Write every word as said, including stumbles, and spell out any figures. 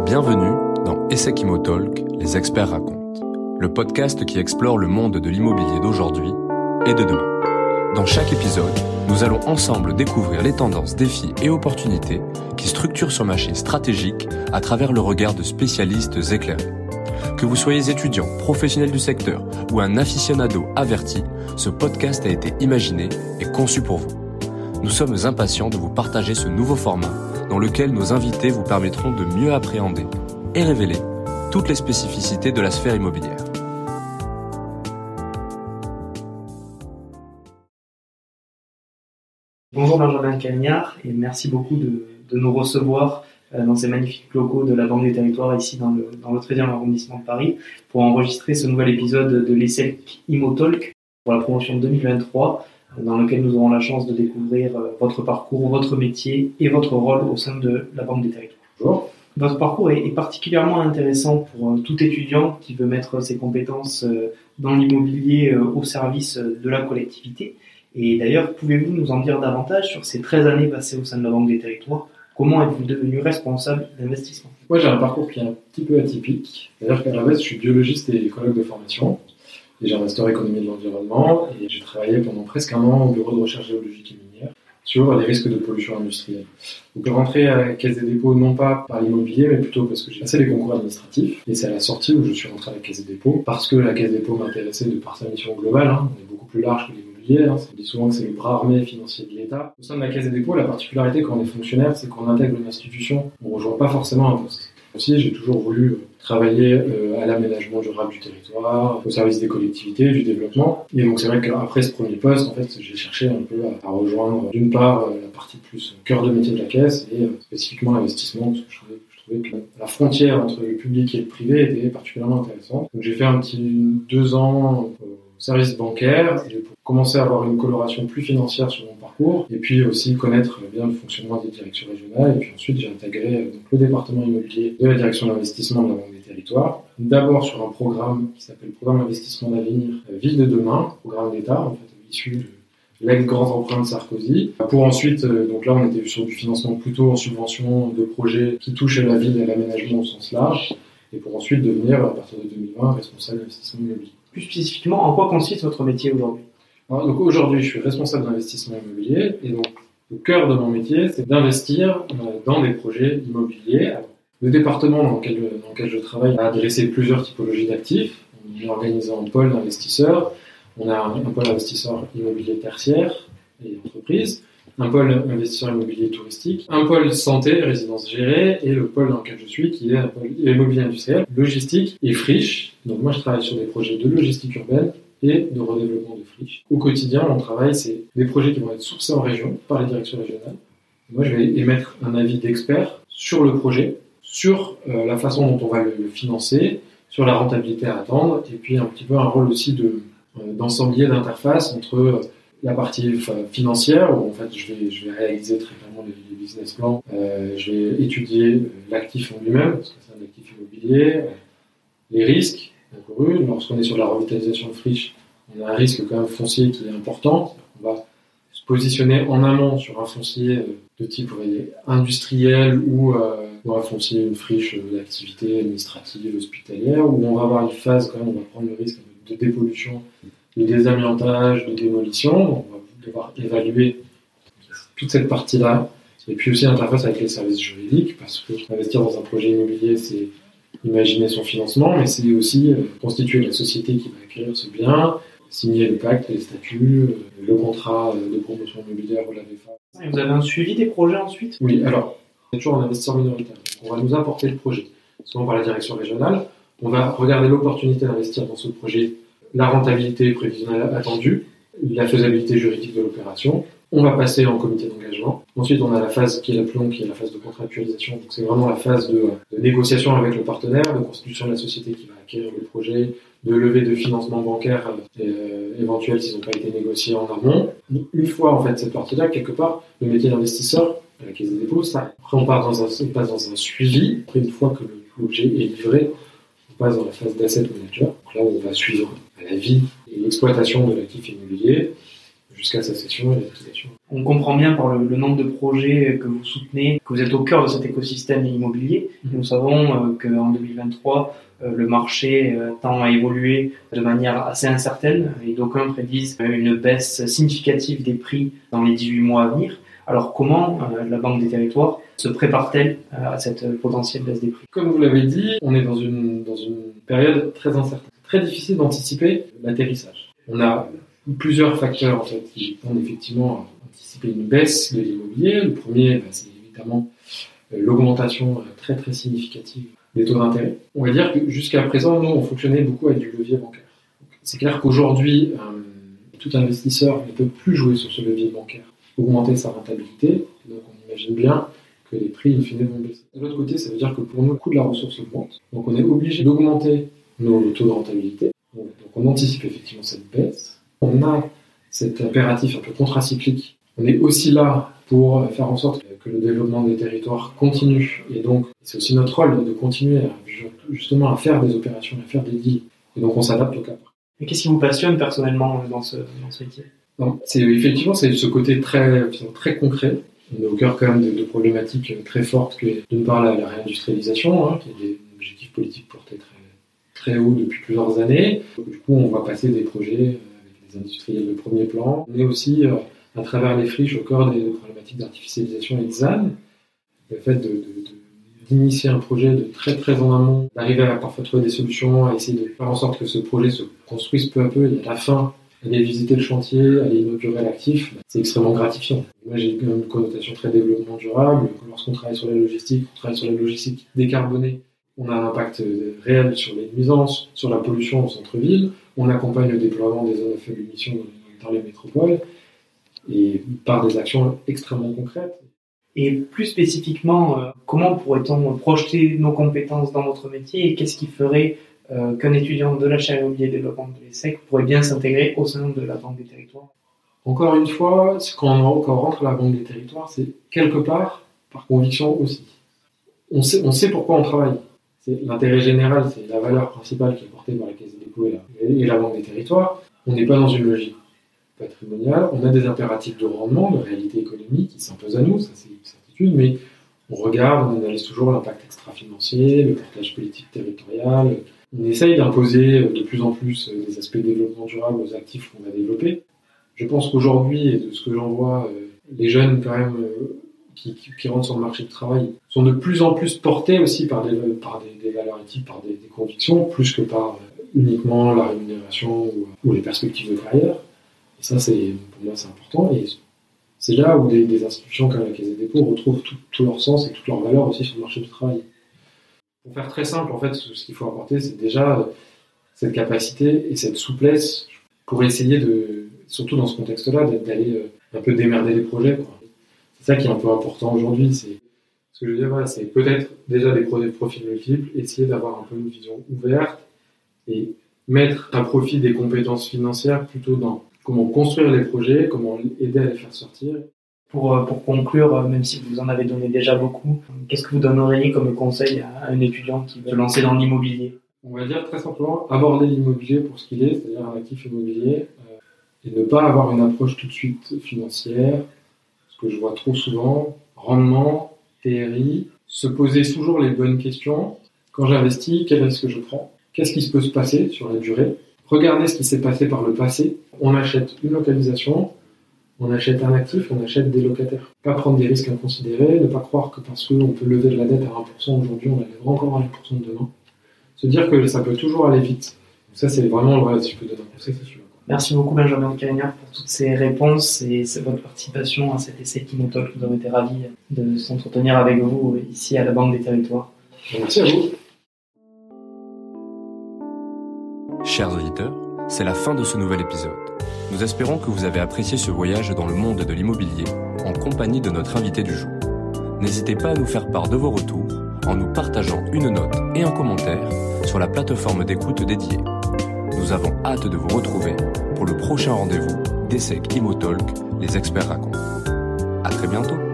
Bienvenue dans ESSEC ImmoTalk, les experts racontent, le podcast qui explore le monde de l'immobilier d'aujourd'hui et de demain. Dans chaque épisode, nous allons ensemble découvrir les tendances, défis et opportunités qui structurent ce marché stratégique à travers le regard de spécialistes éclairés. Que vous soyez étudiant, professionnel du secteur ou un aficionado averti, ce podcast a été imaginé et conçu pour vous. Nous sommes impatients de vous partager ce nouveau format dans lequel nos invités vous permettront de mieux appréhender et révéler toutes les spécificités de la sphère immobilière. Bonjour Benjamin Cagnard et merci beaucoup de, de nous recevoir dans ces magnifiques locaux de la Banque des Territoires ici dans le, dans le treizième arrondissement de Paris pour enregistrer ce nouvel épisode de l'ESSEC ImmoTalk pour la promotion deux mille vingt-trois dans lequel nous aurons la chance de découvrir votre parcours, votre métier et votre rôle au sein de la Banque des Territoires. Bonjour. Votre parcours est, est particulièrement intéressant pour tout étudiant qui veut mettre ses compétences dans l'immobilier au service de la collectivité. Et d'ailleurs, pouvez-vous nous en dire davantage sur ces treize années passées au sein de la Banque des Territoires? Comment êtes-vous devenu responsable d'investissement? Moi, j'ai un parcours qui est un petit peu atypique. C'est-à-dire qu'à la base, je suis biologiste et écologue de formation. Et j'ai un master économie de l'environnement. Et j'ai travaillé pendant presque un an au bureau de recherche géologique et minière sur les risques de pollution industrielle. Donc, je rentrais à la Caisse des dépôts, non pas par l'immobilier, mais plutôt parce que j'ai passé les concours administratifs. Et c'est à la sortie où je suis rentré à la Caisse des dépôts, parce que la Caisse des dépôts m'intéressait de par sa mission globale. Hein. On est beaucoup plus large que l'immobilier. Hein. On dit souvent que c'est le bras armé financier de l'État. Au sein de la Caisse des dépôts, la particularité quand on est fonctionnaire, c'est qu'on intègre une institution. On ne rejoint pas forcément un poste. Aussi, j'ai toujours voulu travailler euh, à l'aménagement durable du territoire, au service des collectivités, du développement. Et donc, c'est vrai qu'après ce premier poste, en fait, j'ai cherché un peu à, à rejoindre, d'une part, euh, la partie plus cœur de métier de la caisse et euh, spécifiquement l'investissement, parce que je trouvais, je trouvais que la frontière entre le public et le privé était particulièrement intéressante. Donc, j'ai fait un petit deux ans euh, au service bancaire et pour commencer à avoir une coloration plus financière sur mon parcours et puis aussi connaître bien le fonctionnement des directions régionales. Et puis ensuite, j'ai intégré euh, donc, le département immobilier de la direction d'investissement de la Banque des Territoires. D'abord sur un programme qui s'appelle Programme d'investissement d'avenir euh, Ville de demain, programme d'État, en fait, issu de l'ex-grand emprunt de Sarkozy. Pour ensuite, euh, donc là, on était sur du financement plutôt en subvention de projets qui touchent à la ville et à l'aménagement au sens large. Et pour ensuite devenir, à partir de deux mille vingt, responsable d'investissement immobilier. Plus spécifiquement, en quoi consiste votre métier aujourd'hui? Alors, donc aujourd'hui, je suis responsable d'investissement immobilier et donc le cœur de mon métier, c'est d'investir dans des projets immobiliers. Alors, le département dans lequel, dans lequel je travaille a adressé plusieurs typologies d'actifs. On est organisé en pôle d'investisseurs. On a un, un pôle investisseur immobilier tertiaire et entreprise, un pôle investisseur immobilier touristique, un pôle santé, résidence gérée et le pôle dans lequel je suis qui est un pôle immobilier industriel, logistique et friche. Donc moi, je travaille sur des projets de logistique urbaine et de redéveloppement de friches. Au quotidien, mon travail, c'est des projets qui vont être sourcés en région par les directions régionales. Moi, je vais émettre un avis d'expert sur le projet, sur euh, la façon dont on va le, le financer, sur la rentabilité à attendre, et puis un petit peu un rôle aussi de, euh, d'ensemblier d'interface entre euh, la partie financière, où en fait, je vais, je vais réaliser très clairement les, les business plans, euh, je vais étudier euh, l'actif en lui-même, parce que c'est un actif immobilier, euh, les risques, lorsqu'on est sur la revitalisation de friches, on a un risque quand même foncier qui est important. On va se positionner en amont sur un foncier de type voyez, industriel ou euh, un foncier, une friche d'activité administrative, hospitalière, où on va avoir une phase quand même, on va prendre le risque de dépollution, de désamiantage, de démolition. On va devoir évaluer toute cette partie-là. Et puis aussi l'interface avec les services juridiques, parce que investir dans un projet immobilier, c'est imaginer son financement, mais c'est aussi euh, constituer la société qui va acquérir ce bien, signer le pacte, les statuts, euh, le contrat de promotion immobilière ou la V F A. Et vous avez un suivi des projets ensuite? Oui, alors, on est toujours un investisseur minoritaire. Donc on va nous apporter le projet, souvent par la direction régionale. On va regarder l'opportunité d'investir dans ce projet, la rentabilité prévisionnelle attendue, la faisabilité juridique de l'opération. On va passer en comité d'engagement. Ensuite, on a la phase qui est la plus longue, qui est la phase de contractualisation. Donc, c'est vraiment la phase de, de négociation avec le partenaire, de constitution de la société qui va acquérir le projet, de levée de financement bancaire euh, éventuel s'ils n'ont pas été négociés en amont. Une fois, en fait, cette partie-là, quelque part, le métier d'investisseur, à la Caisse des dépôts, ça. Après, on, part dans un, on passe dans un suivi. Après, une fois que l'objet est livré, on passe dans la phase d'asset manager. Donc là, on va suivre la vie et l'exploitation de l'actif immobilier jusqu'à sa cession et la liquidation. On comprend bien par le, le nombre de projets que vous soutenez que vous êtes au cœur de cet écosystème immobilier. Nous savons euh, qu'en deux mille vingt-trois, euh, le marché euh, tend à évoluer de manière assez incertaine et d'aucuns prédisent une baisse significative des prix dans les dix-huit mois à venir. Alors comment euh, la Banque des Territoires se prépare-t-elle euh, à cette potentielle baisse des prix? Comme vous l'avez dit, on est dans une, dans une période très incertaine. C'est très difficile d'anticiper l'atterrissage. On a plusieurs facteurs en fait, qui vont effectivement anticiper une baisse de l'immobilier. Le premier, bah, c'est évidemment euh, l'augmentation euh, très très significative des taux d'intérêt. On va dire que jusqu'à présent, nous, on fonctionnait beaucoup avec du levier bancaire. Donc, c'est clair qu'aujourd'hui, euh, tout investisseur ne peut plus jouer sur ce levier bancaire, augmenter sa rentabilité. Donc on imagine bien que les prix, in fine, vont baisser. De l'autre côté, ça veut dire que pour nous, le coût de la ressource augmente. Donc on est obligé d'augmenter nos taux de rentabilité. Donc on anticipe effectivement cette baisse. On a cet impératif un peu contracyclique. On est aussi là pour faire en sorte que le développement des territoires continue. Et donc, c'est aussi notre rôle de continuer à, justement à faire des opérations, à faire des deals. Et donc, on s'adapte au cadre. Et qu'est-ce qui vous passionne personnellement dans ce, dans ce métier? Non, c'est, effectivement, c'est ce côté très, très concret. On est au cœur quand même de, de problématiques très fortes que, d'une part, la, la réindustrialisation, hein, qui est des objectifs politiques portés très, très haut depuis plusieurs années. Du coup, on va passer des projets avec des industriels de premier plan. On est aussi, euh, à travers les friches, au cœur des, des problématiques d'artificialisation et de Z A N. Le fait de, de, de, d'initier un projet de très très en amont, d'arriver à parfois trouver des solutions, à essayer de faire en sorte que ce projet se construise peu à peu, et à la fin, aller visiter le chantier, aller inaugurer l'actif, c'est extrêmement gratifiant. Moi, j'ai une connotation très développement durable. Lorsqu'on travaille sur la logistique, on travaille sur la logistique décarbonée, on a un impact réel sur les nuisances, sur la pollution au centre-ville. On accompagne le déploiement des zones à faible émission dans les métropoles et par des actions extrêmement concrètes. Et plus spécifiquement, euh, comment pourrait-on projeter nos compétences dans notre métier et qu'est-ce qui ferait euh, qu'un étudiant de l'achat immobilier et développement de l'E S S E C pourrait bien s'intégrer au sein de la Banque des Territoires? Encore une fois, quand on, quand on rentre à la Banque des Territoires, c'est quelque part par conviction aussi. On sait, on sait pourquoi on travaille. C'est l'intérêt général, c'est la valeur principale qui est portée par la Caisse des dépôts et la, et la Banque des Territoires. On n'est pas dans une logique patrimoniale. On a des impératifs de rendement, de réalité économique qui s'imposent à nous, ça c'est une certitude, mais on regarde, on analyse toujours l'impact extra-financier, le portage politique territorial. On essaye d'imposer de plus en plus des aspects de développement durable aux actifs qu'on a développés. Je pense qu'aujourd'hui, et de ce que j'en vois, les jeunes quand même qui, qui, qui rentrent sur le marché du travail sont de plus en plus portés aussi par des, par des, des valeurs éthiques, par des, des convictions, plus que par uniquement la rémunération ou, ou les perspectives de carrière. Et ça, c'est, pour moi, c'est important. Et c'est là où des, des institutions comme la Caisse des dépôts retrouvent tout, tout leur sens et toute leur valeur aussi sur le marché du travail. Pour faire très simple, en fait, ce qu'il faut apporter, c'est déjà cette capacité et cette souplesse pour essayer de, surtout dans ce contexte-là, d'aller un peu démerder les projets, quoi. C'est ça qui est un peu important aujourd'hui. C'est, ce que je veux dire, voilà, c'est peut-être déjà des projets de profil multiples, essayer d'avoir un peu une vision ouverte et mettre à profit des compétences financières plutôt dans comment construire les projets, comment aider à les faire sortir. Pour, pour conclure, même si vous en avez donné déjà beaucoup, qu'est-ce que vous donneriez comme conseil à un étudiant qui veut se lancer dans l'immobilier? On va dire très simplement aborder l'immobilier pour ce qu'il est, c'est-à-dire un actif immobilier, euh, et ne pas avoir une approche tout de suite financière, ce que je vois trop souvent, rendement, T R I, se poser toujours les bonnes questions. Quand j'investis, quel risque je prends? Qu'est-ce qui se peut se passer sur la durée? Regardez ce qui s'est passé par le passé. On achète une localisation, on achète un actif, on achète des locataires. Pas prendre des risques inconsidérés, ne pas croire que parce qu'on peut lever de la dette à un pour cent aujourd'hui, on la lèvera encore à un pour cent demain. Se dire que ça peut toujours aller vite. Donc ça, c'est vraiment, voilà, si je peux donner un conseil, c'est sûr. Merci beaucoup Benjamin Cagnard pour toutes ces réponses et votre participation à cet essai Kimotalk. Nous avons été ravis de s'entretenir avec vous ici à la Banque des Territoires. Merci à vous. Chers auditeurs, c'est la fin de ce nouvel épisode. Nous espérons que vous avez apprécié ce voyage dans le monde de l'immobilier en compagnie de notre invité du jour. N'hésitez pas à nous faire part de vos retours en nous partageant une note et un commentaire sur la plateforme d'écoute dédiée. Nous avons hâte de vous retrouver pour le prochain rendez-vous d'E S S E C Immotalk, les experts racontent. À très bientôt.